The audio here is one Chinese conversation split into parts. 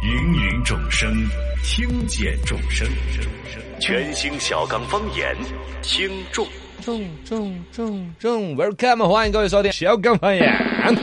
芸芸众生，听见众生，全新小刚方言，听众。 Welcome， 欢迎各位收听小刚方言。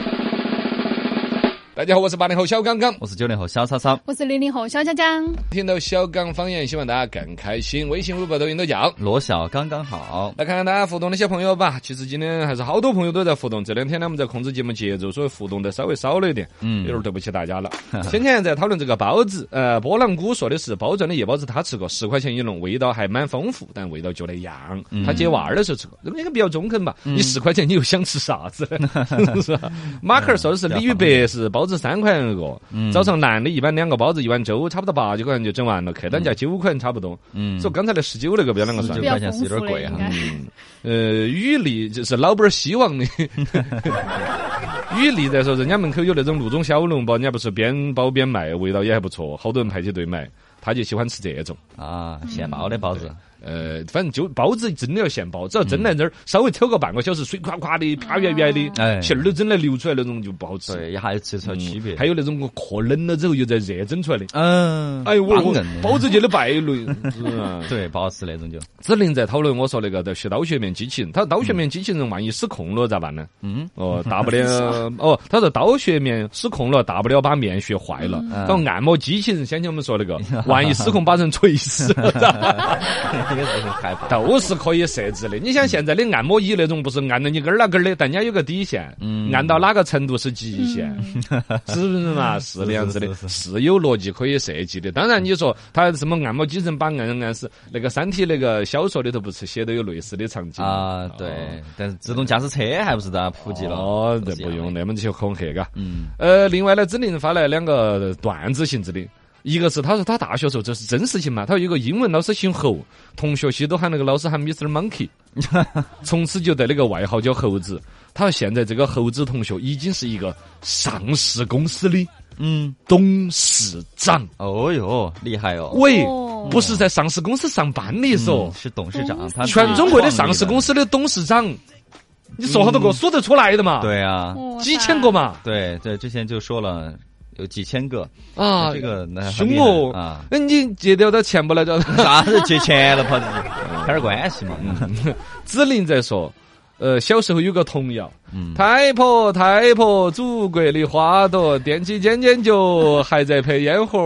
大家好，我是80后小刚刚， 我是90后小曹操， 我是00后小江江。 听到小刚方言，希望大家更开心。微信、微博、抖音都叫罗小刚刚好。 来看看大家互动的小朋友吧。其实今天还是好多朋友都在互动。这两天呢，我们在控制节目节奏，所以互动的稍微少了一点。有点对不起大家了。先前在讨论这个包子，波浪鼓说的是包装的夜包子，他吃过10块钱一笼，味道还蛮丰富，但味道就那样。他接娃儿的时候吃过，这个应该比较中肯吧？你10块钱，你又想吃啥子？是吧？马克尔说的是李宇白是包子3块钱一个。早上男的一般2个包子1碗粥，差不多8、9块钱就整完了，客单价9块钱差不多。所以刚才的19那个不要啷个算 ？9块钱是有点贵哈。 雨丽就是老板希望的。雨丽在说，人家门口有那种陆中小笼包，人家不是边包边卖，味道也还不错，好多人排起队买，他就喜欢吃这种啊，现包的包子。 反正就包子真的要现包，只要蒸来这儿稍微抽个半个小时，水垮垮的、啪圆圆的，皮儿都蒸来流出来那种就不好吃。 对，一下就吃出来区别。 还有那种壳冷了之后又再热蒸出来的， 哎呦，我包子界的败类， 对，不好吃那种就。 子玲在讨论我说那个学刀削面机器人，他刀削面机器人万一失控了咋办呢？大不了他说刀削面失控了，大不了把面学坏了。然后按摩机器人，先前我们说那个，万一失控把人锤死了。都是可以设置的。你想现在的按摩椅那种，不是按到你根儿那根儿的，但人家有个底线，按到哪个程度是极限，是不是嘛？是那样子的，是有逻辑可以设计的。当然你说他什么按摩机器人把按是那个三体那个小说里头不是写的有类似的场景啊？对，但是自动驾驶车还不是大家普及了？ 这不用那么去恐吓嘎。另外呢，子玲发来2个段子性质的。一个是他说他大学时候这是真事情嘛，他有一个英文老师姓侯，同学系都喊那个老师喊 Mr. Monkey， 从此就得那个外号叫猴子。他说现在这个猴子同学已经是一个上市公司的董事长。 哦哟，厉害哦！ 喂，不是在上市公司上班的说， 是董事长，他全中国的上市公司的董事长。你说好多个说得出来的嘛？ 对啊， 几千个嘛？ 对，之前就说了。有几千个啊， 这个凶哦啊！你借掉的钱不来着？ 啥子借钱了？跑开点关系嘛。 子玲在说，小时候有个童谣，太婆太婆，祖国的花朵，踮起尖尖角，还在配烟火。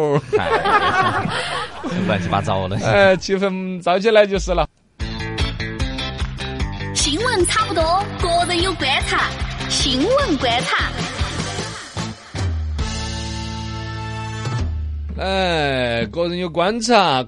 乱七八糟的。 气氛造起来就是了。 新闻差不多，个人有观察，新闻观察。 个人有观察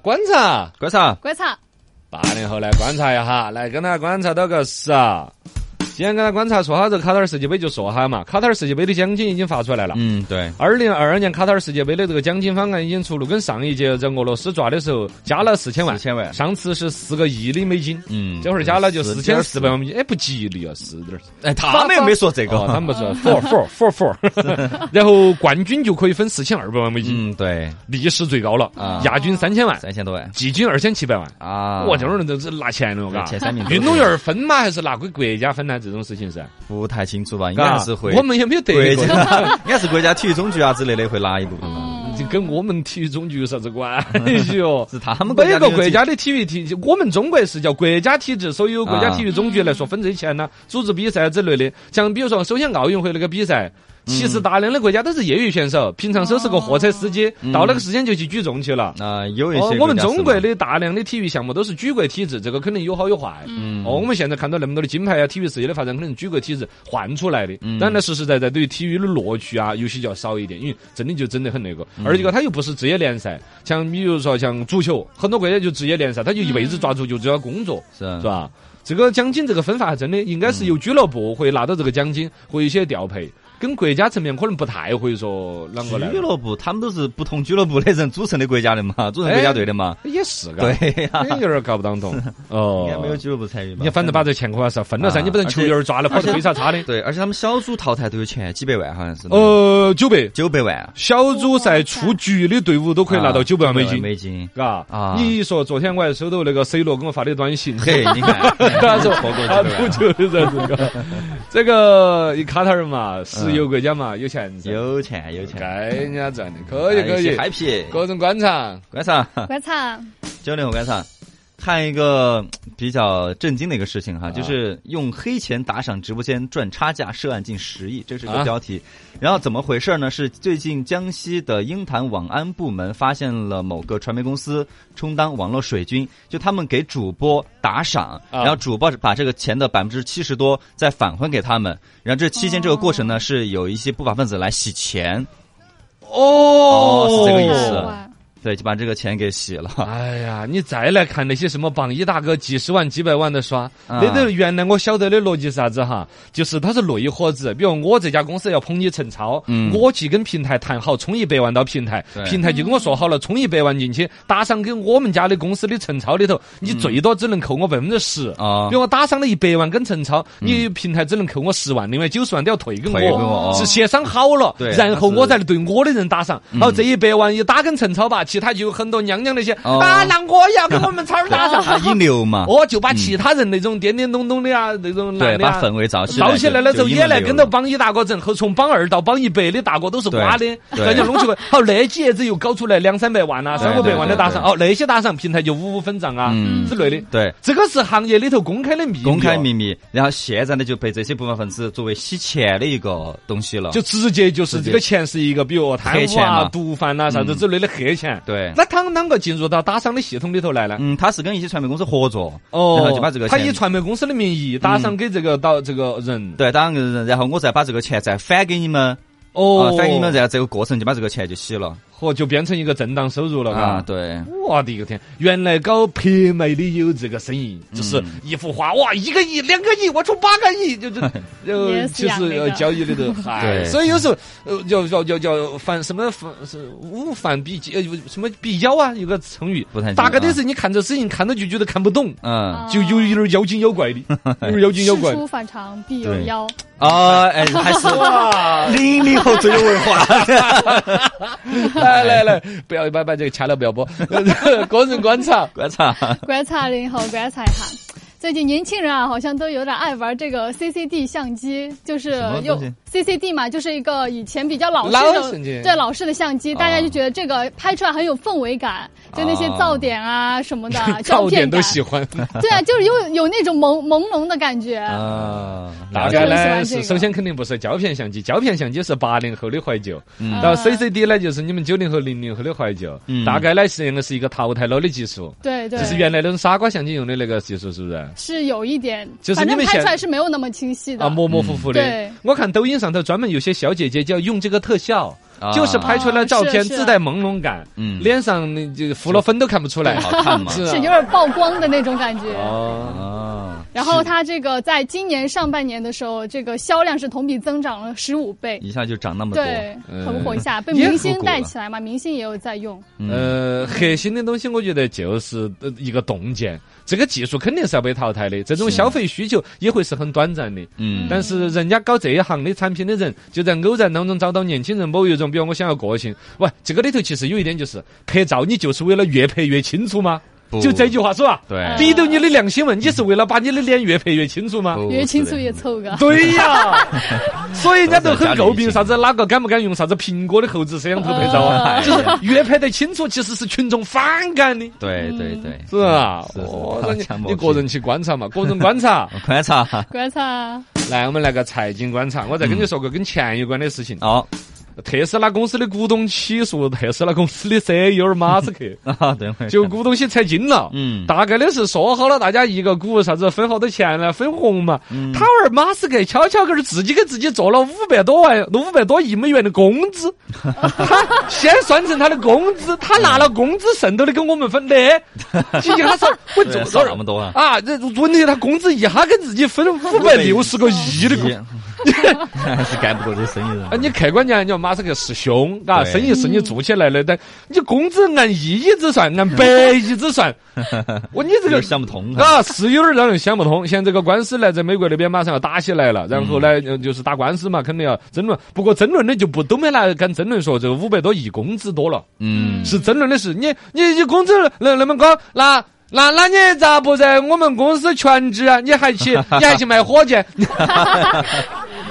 ，80后来观察一下，来跟大家观察到个啥？今天跟他观察说哈，这卡塔尔世界杯就说哈嘛，卡塔尔世界杯的奖金已经发出来了。 对。 2022年卡塔尔世界杯的这个奖金方案已经出炉，跟上一届在俄罗斯抓的时候加了4000万。 4000万。 上次是4个亿的美金。这会儿加了就4400万美金。不吉利啊，4点。 他们又没说这个， 他们说 four， 然后冠军就可以分4200万美金。 对。 历史最高了。亚军3000万 ，3000多万， 季军2700万。哇，这种人都是拿钱了，嘎。 前3名。 运动员分吗？还是拿归国家分呢？这种事情是不太清楚吧？应该是会。 我们也没有得过， 应该是国家体育总局啊之类的会拿一部分嘛。 这跟我们体育总局有啥子关系哦？ 是他们每个国家的体育体，我们中国是叫国家体制，所以由国家体育总局来说分这些钱呢，组织比赛之类的。像比如说，首先奥运会那个比赛。其实大量的国家都是业余选手，平常时是个货车司机，到那个时间就去举重去了。 有一些我们中国的大量的体育项目都是举国体制，这个肯定有好有坏。我们现在看到那么多的金牌啊，体育事业的发展，可能举国体制换出来的。当然，实实在在对于体育的乐趣啊，有些就要少一点，因为真的就真的很那个。而一个它又不是职业联赛，像比如说像足球，很多国家就职业联赛，他就一辈子抓足球就要工作，是吧？这个奖金这个分法真的应该是由俱乐部会拿到这个奖金，会有一些调配。跟国家层面可能不太会说啷个来。 俱乐部他们都是不同俱乐部的人组成的国家的嘛，组成国家队的嘛。 也是个。 对呀， 有点搞不当懂。 应该没有俱乐部参与吧？ 你反正把这钱可是分了噻，你不能球员抓了跑得飞叉叉的。 对，而且他们小组淘汰都有钱，几百万好像是。 900 万。 小组赛出局的队伍都可以拿到900万美金。 嘎你说昨天我还收到那个 C 罗给我发的短信， 嘿，你看， 他说他足球的人这个卡塔尔嘛，10 石油国家嘛，有钱赚， 有钱， 该人家赚的，可以， 嗨皮， 个人观察， 观察 90后观察。看一个比较震惊的一个事情哈，就是用黑钱打赏直播间赚差价，涉案近10亿，这是个标题。然后怎么回事呢？是最近江西的鹰潭网安部门发现了某个传媒公司充当网络水军，就他们给主播打赏，然后主播把这个钱的70%多再返还给他们，然后这期间这个过程呢是有一些不法分子来洗钱。是这个意思。对，就把这个钱给洗了。 哎呀，你再来看那些什么榜一大哥几十万、几百万的刷，那都原来我晓得的逻辑是啥子哈？就是他是内伙子，比如我这家公司要捧你陈超，我去跟平台谈好，充100万到平台，平台就跟我说好了，充100万进去，打赏给我们家的公司的陈超里头，你最多只能扣我10%啊。比如我打赏了100万跟陈超，你平台只能扣我10万，另外90万都要退给我，是协商好了，然后我再对我的人打赏，然后这100万一打跟陈超吧。其他就有很多娘娘那些那我要跟我们超打赏， 引流嘛， 就把其他人那种颠颠咚咚的啊，那种对，把氛围造起来了之后，也来跟着榜一大哥整，后从榜2到榜100的大哥都是瓜的，人家弄起来，好那几爷子又搞出来200-300万啊，300-500万的打赏，那些打赏平台就5分账啊之类的， 对， 这个是行业里头公开的秘密， 公开秘密。然后现在呢就被这些不法分子作为洗钱的一个东西了， 就直接就是这个钱是一个比如贪污啊、毒贩啊啥子之类的黑钱， 对。 那他啷个进入到打赏的系统里头来呢？ 他是跟一些传媒公司合作，然后就把这个钱， 他以传媒公司的名义打赏给这个人， 对，打赏给人，然后我再把这个钱再返给你们，返给你们，然后这个过程就把这个钱就洗了。 就变成一个正当收入了啊！ 对， 我的个天！原来搞拍卖的有这个生意，就是一幅画哇，1个亿、2个亿，我出8个亿，其实交易里头， 对， 所以有时候叫反什么是无反比什么比较啊，有个成语，大概的是你看这事情看着就觉得看不懂，就有点妖精妖怪的，有点妖精妖怪。 事出反常必有妖还是00后最有文化。 来，不要把这个掐了，不要播。个人观察 0后观察一下。最近年轻人啊，好像都有点爱玩这个 CCD 相机，就是用 CCD 嘛，就是一个以前比较老式的相机，大家就觉得这个拍出来很有氛围感，就那些噪点啊什么的， 噪点都喜欢。 对啊，就是有那种朦胧的感觉啊。大概呢是首先肯定不是胶片相机，胶片相机是80后的怀旧，然后 CCD 呢就是你们90后、00后的怀旧，大概呢是一个淘汰了的技术。 对， 就是原来那种傻瓜相机用的那个技术，是不是？ 是有一点， 就是你们拍出来是没有那么清晰的模模糊糊的。 对， 我看抖音上头专门有些小姐姐叫用这个特效，就是拍出来照片自带朦胧感，脸上就敷了粉都看不出来， 好看嘛？ 是有点曝光的那种感觉。然后它这个在今年上半年的时候，这个销量是同比增长了15倍， 一下就涨那么多， 对，很火一下，被明星带起来嘛，明星也有在用。 核心的东西我觉得就是一个洞见，这个技术肯定是要被淘汰的，这种消费需求也会是很短暂的。但是人家搞这一行的产品的人，就在偶然当中找到年轻人某一种，比如我想要个性，喂，这个里头其实有一点就是拍照，你就是为了越拍越清楚吗？就这句话是吧？ 对， 逼到你的良心问，你是为了把你的脸越拍越清楚吗？ 越清楚越丑个。 对呀，所以人家都很诟病啥子哪个敢不敢用啥子苹果的后置摄像头拍照啊？就是越拍得清楚，其实是群众反感的。 对， 是吧？你个人去观察嘛，个人观察。 观察。 来，我们来个财经观察，我再跟你说个跟钱有关的事情。特斯拉公司的股东起诉特斯拉公司的 CEO 马斯克对， 就股东些财经了，大概的是说好了，大家一个股啥子分好多钱呢，分红嘛。他儿马斯克悄悄个自己给自己做了500多亿美元的工资，他先算成他的工资，他拿了工资剩到的跟我们分的，一下说我做那么多啊，这问题他工资一下给自己分560个亿的股。 还是干不过这生意人。 你客观讲，你马斯克是凶，生意是你做起来的，但你工资按1亿之算，按100亿之算，你这个想不通是有点让人想不通。现在这个官司呢，在美国那边马上要打起来了，然后呢，就是打官司嘛，肯定要争论。不过争论的就都没来敢争论说这个500多亿工资多了，是争论的是你工资那么高，那你咋不在我们公司全职啊？你还去卖火箭？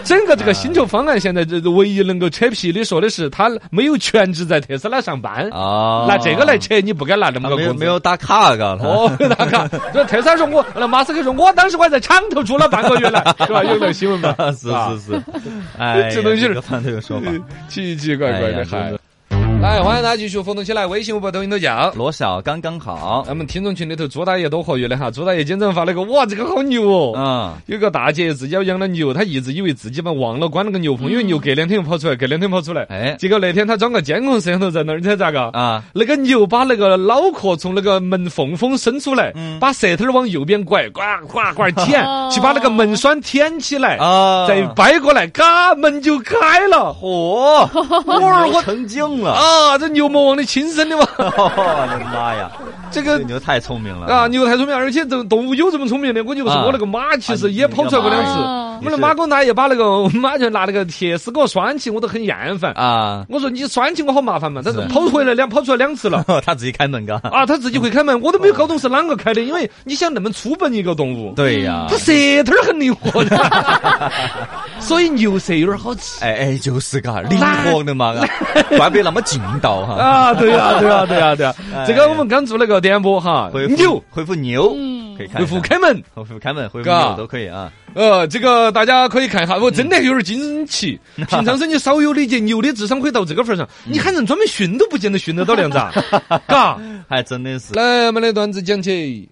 整个这个薪酬方案现在这唯一能够扯皮的说的是，他没有全职在特斯拉上班啊，拿这个来扯，你不该拿那么高工资， 没有打卡嘎， 打卡。这特斯拉说那马斯克说，我当时我还在厂头住了半个月来，是吧？有那新闻吧？ 是，哎， 这东西是反对说法， 奇奇怪怪的还。来，欢迎大家继续互动起来，微信、微博、抖音都叫罗小刚刚好。 咱们听众群里头，朱大爷多活跃的哈。朱大爷今早发了个，哇，这个好牛哦！有个大姐自己要养了牛，她一直以为自己忘了关了个牛棚，因为牛隔2天又跑出来，哎，结果那天她装个监控摄像头在那儿，你猜咋个啊？那个牛把那个脑壳从那个门缝伸出来，把舌头往右边拐，呱舔，去把那个门栓舔起来，再掰过来，嘎，门就开了。 我成精了啊！这牛魔王的亲生的嘛！ 我的妈呀，这个牛太聪明了啊！牛太聪明，而且这动物有这么聪明的，我就说我那个马其实也跑出来过2次。我们的马工大爷把那个马就拿那个铁丝给我拴起，我都很厌烦啊！我说你拴起我好麻烦嘛，但是跑出来2次了， 他自己开门嘎啊，他自己会开门，我都没有搞懂是啷个开的，因为你想那么粗笨一个动物， 对呀， 它舌头很灵活的，所以牛舌有点好吃。 哎，就是嘎，灵活的嘛，怪不得那么劲道哈。 啊，对呀。这个我们刚做了个点播哈，牛回复牛，可以看回复开门， 回复牛都可以啊。 这个大家可以看一下，我真的有点惊奇。平常是你少有理解，牛的智商可以到这个份上，你喊人专门训都不见得训得到那样子啊，嘎， 还真的是。 来，我们的段子讲起，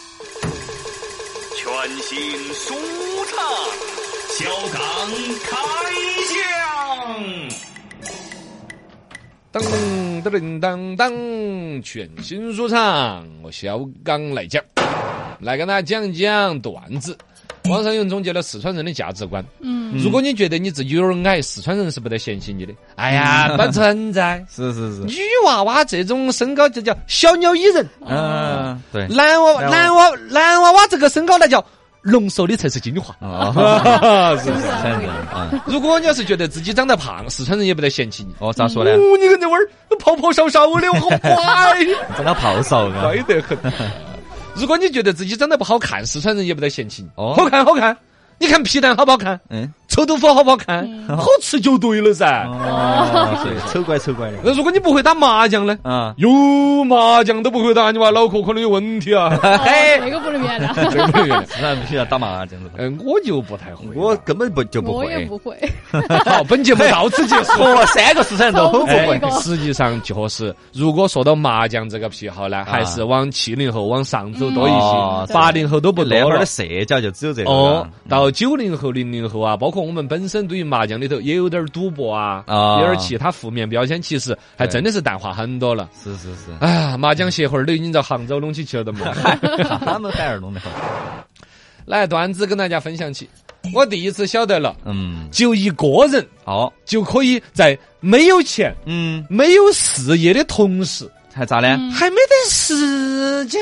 全新舒畅，小刚开讲。当，全新说唱，我小刚来讲，来跟大家讲讲段子。网上有人总结了四川人的价值观。如果你觉得你自己有点矮，四川人是不得嫌弃你的。哎呀，不存在。 是。 女娃娃这种身高就叫小鸟依人。 对。 男娃娃这个身高那叫浓缩的才是精华啊！是不是？如果你要是觉得自己长得胖，四川人也不得嫌弃你。 咋说呢？ 你看这味儿泡泡烧烧的，好乖， 真的泡烧的， 乖得很。如果你觉得自己长得不好看，四川人也不得嫌弃你。好看。你看皮蛋好不好看？臭豆腐好不好看？好吃就对了噻。 丑怪的。 那如果你不会打麻将呢？有麻将都不会打，你娃脑壳可能有问题啊。 那个不能原谅。 这个不能原谅。 那必须要打麻将。 我就不太会， 我根本就不会。 我也不会。 好，本节目到此结束。 3个四川人都不会。 实际上就是，如果说到麻将这个癖好呢，还是往70后往上走多一些，80后都不多了。 那会儿的社交就只有这个。 到90后、00后啊，包括我们本身对于麻将里头也有点赌博啊，有点其他负面标签，其实还真的是淡化很多了。 是。 哎呀，麻将协会都已经在杭州弄起了的嘛， 他们海尔弄的好。 来，段子跟大家分享起，我第一次晓得了，就一个人就可以在没有钱、没有事业的同时， 还咋呢？ 还没得时间。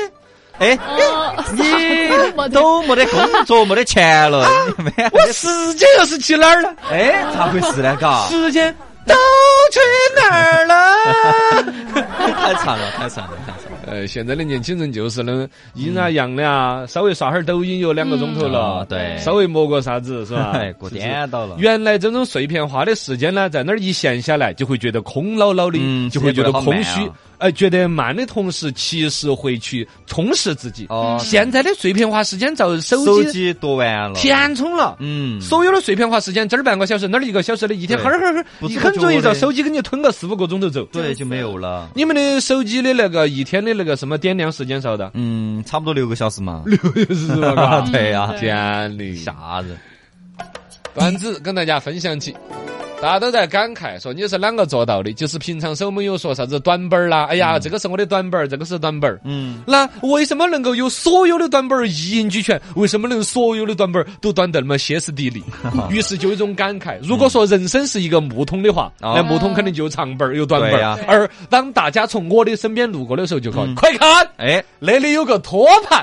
你都没得工作，没得钱了， 我时间又是去哪儿了？ 咋回事呢？嘎， 时间都去哪儿了？ 太惨了。 现在的年轻人就是能阴啊阳的啊，稍微刷会儿抖音有2个钟头了， 对， 稍微摸个啥子是吧？ 过颠倒了。 原来这种碎片化的时间呢，在那儿一闲下来，就会觉得空落落的，就会觉得空虚。觉得慢的同时，其实会去充实自己。现在的碎片化时间照手机多完了， 填充了。所有的碎片化时间，这儿半个小时，那儿1个小时的，一天很容易照手机给你吞个4-5个钟头走。 对，就没有了。 你们的手机的那个一天的那个什么点亮时间少的？ 差不多6个小时嘛。 6个小时吧？ 对呀， 天理吓人。 段子跟大家分享起。大家都在感慨说你是啷个做到的？就是平常我们有说啥子短本啦，哎呀，这个是我的短本，这个是短本。那为什么能够有所有的短本一应俱全？为什么能所有的短本都短得那么歇斯底里？于是就有一种感慨：如果说人生是一个木桶的话，那木桶肯定就有长本有短本。而当大家从我的身边路过的时候，就说：快看，那里有个托盘，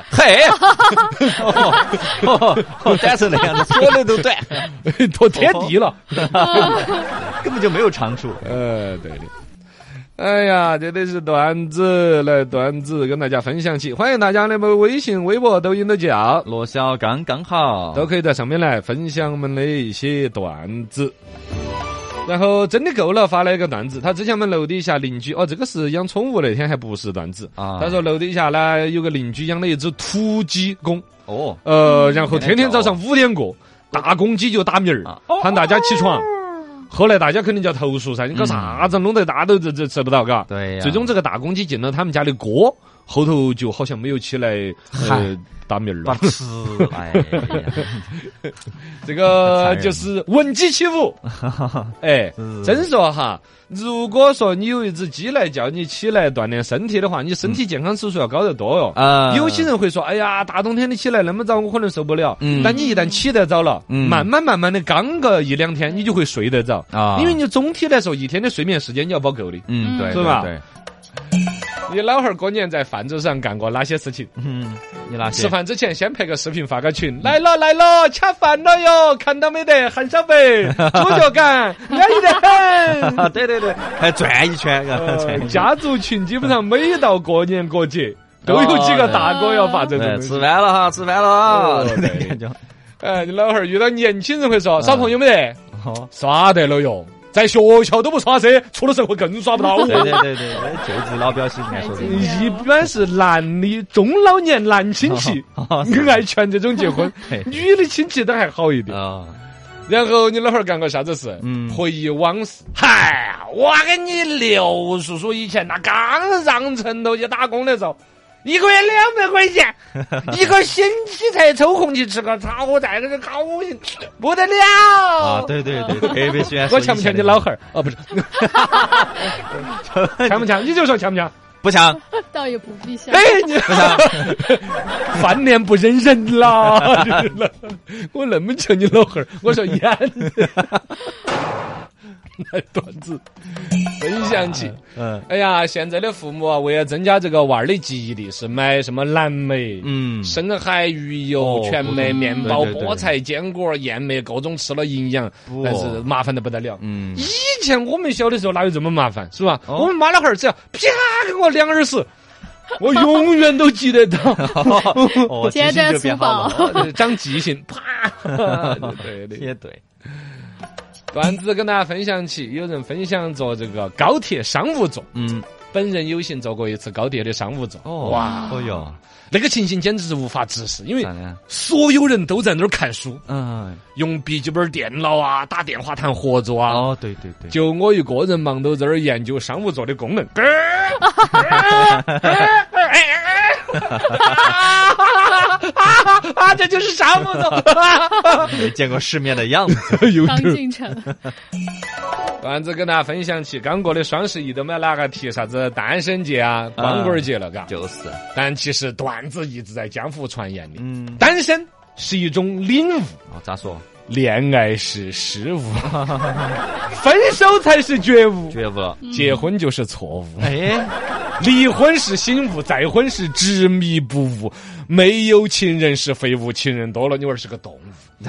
短成那样子，说的都短， 拖天地了。 根本就没有长处。 对的。 哎呀，这得是段子，来段子跟大家分享起，欢迎大家的微信、微博、抖音都叫罗小刚刚好， 都可以在上面来分享我们的一些段子。然后真的够了，发了一个段子。他之前我们楼底下邻居，这个是养宠物那天还不是段子啊。他说楼底下呢有个邻居养了一只土鸡公，然后天天早上5点过，大公鸡就打鸣儿，喊大家起床。后来大家肯定就要投诉噻，你搞啥子弄得大家都这吃不到，嘎。 对呀。 最终这个大公鸡进了他们家的锅，后头就好像没有起来打鸣儿了。 哎呀， 这个就是闻鸡起舞。哎，真说哈，如果说你有一只鸡来叫你起来锻炼身体的话，你身体健康指数要高得多哟。有些人会说，哎呀，大冬天的起来那么早，我可能受不了。但你一旦起得早了，慢慢的刚个1-2天，你就会睡得早啊。因为你总体来说一天的睡眠时间你要包够的。 对， 是吧？ 对。 你老汉儿过年在饭桌上干过哪些事情？ 你哪些？ 吃饭之前先拍个视频发个群，来了，吃饭了哟，看到没得？喊小肥，猪脚杆，安逸得很。 对，还转一圈。 家族群基本上每到过年过节都有几个大哥要发这种。 吃饭了哈，吃饭了。 你老汉儿遇到年轻人会说耍朋友没得？耍得了哟。在学校都不耍噻，出了社会更耍不到。 对，救治老表亲爱说的。 一般是男的中老年男亲戚爱劝这种结婚，女的亲戚都还好一点。然后你老汉儿干过啥子事？回忆往事。嗨，我跟你刘叔叔以前那刚上城头去打工的时候。1个月200块钱，1个星期才抽空去吃个炒菜，这个高兴不得了对，特别喜欢。 我强不强你老汉儿？不是，强不强？你就说强不强？ 不强， 倒也不必强。 哎，你不强，饭脸不认人啦！我那么强你老汉儿，我说演。来段子分享起。哎呀，现在的父母啊，为了增加这个娃儿的记忆力，是买什么蓝莓、深海鱼油、全麦面包、菠菜、坚果、燕麦，各种吃了营养，但是麻烦得不得了。以前我们小的时候哪有这么麻烦，是吧？我们妈老汉儿只要啪给我2耳屎。我永远都记得到， 接着粗暴， 长记性，啪，对的， 也对。 段子跟大家分享起，有人分享坐这个高铁商务座，本人有幸坐过一次高铁的商务座，哇，那个情形简直是无法直视，因为所有人都在那儿看书，用笔记本电脑啊，打电话谈合作啊， 对， 就我一个人忙都在那儿研究商务座的功能。这就是商务座， 没见过世面的样子。 刚进城。 段子跟大家分享起，刚过的双11都没哪个提啥子单身节啊、光棍节了，嘎。 就是。 但其实段子一直在江湖传言的，单身是一种领悟。 咋说？ 恋爱是失误，分手才是觉悟，结婚就是错误。离婚是醒悟，再婚是执迷不悟。没有情人是废物，情人多了你娃儿是个动物。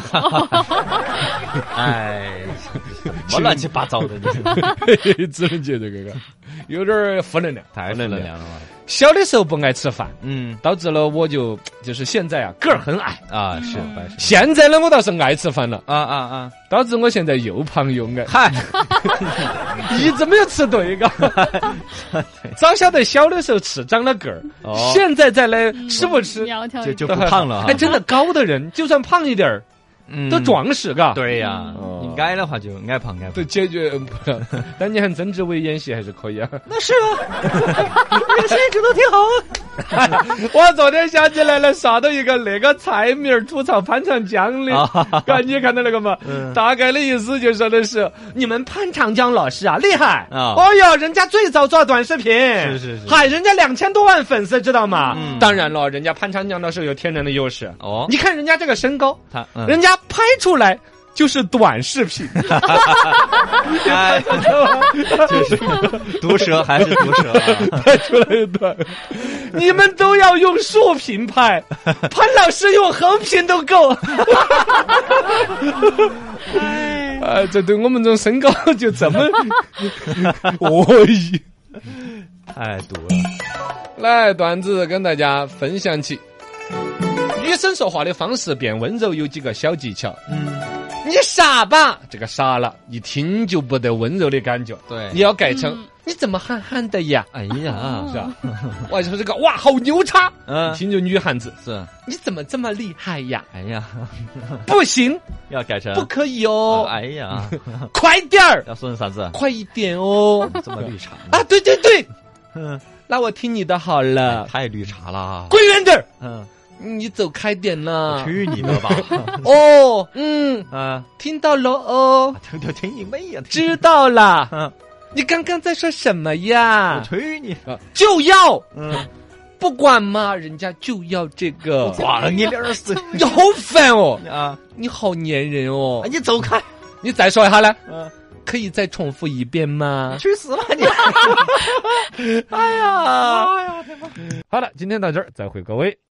什么乱七八糟的， 只能觉得这个有点负能量， 太负能量了嘛。 小的时候不爱吃饭，导致了我就是现在啊个儿很矮啊，是。 现在呢我倒是爱吃饭了啊， 导致我现在又胖又矮。 嗨， 一直没有吃对嘎。早晓得小的时候吃长了个儿，现在再来吃不吃就不胖了。 真的高的人就算胖一点儿。都壮实嘎， 对呀，你矮的话就矮胖。 对，解决不了。但你看曾志伟演戏还是可以啊。 那是啊，演戏这都挺好啊。我昨天想起来了，刷到一个那个蔡明吐槽潘长江的，你看到那个吗？大概的意思就说的是，你们潘长江老师啊厉害啊！哦哟，人家最早做短视频， 是， 嗨，人家2000多万粉丝，知道吗？当然了，人家潘长江老师有天然的优势哦。你看人家这个身高，人家拍出来就是短视频。 就是毒舌还是毒舌拍出来一段，你们都要用竖屏拍，潘老师用横屏都够。这对我们这种身高就这么恶意。 太毒了。 来，段子跟大家分享起。女生说话的方式变温柔有几个小技巧。你傻吧？这个傻了，一听就不得温柔的感觉。 对， 你要改成你怎么憨憨的呀？ 哎呀， 是吧？我说这个哇，好牛叉！一听就女汉子。 是， 你怎么这么厉害呀？ 哎呀， 不行， 要改成不可以哦。 哎呀， 快点儿！ 要说成啥子？ 快一点哦！ 这么绿茶啊？对对对，那我听你的好了。 太绿茶了， 滚远点儿！你走开点啦！ 去你的吧！ 哦，听到了哦， 听你妹呀！ 知道了。你刚刚在说什么呀？ 我去你！ 就要不管嘛，人家就要这个。 管你20 你好烦哦！ 啊， 你好粘人哦！ 你走开！ 你再说一下呢？可以再重复一遍吗？ 去死吧你！ 哎呀！好了，今天到这儿，再会各位。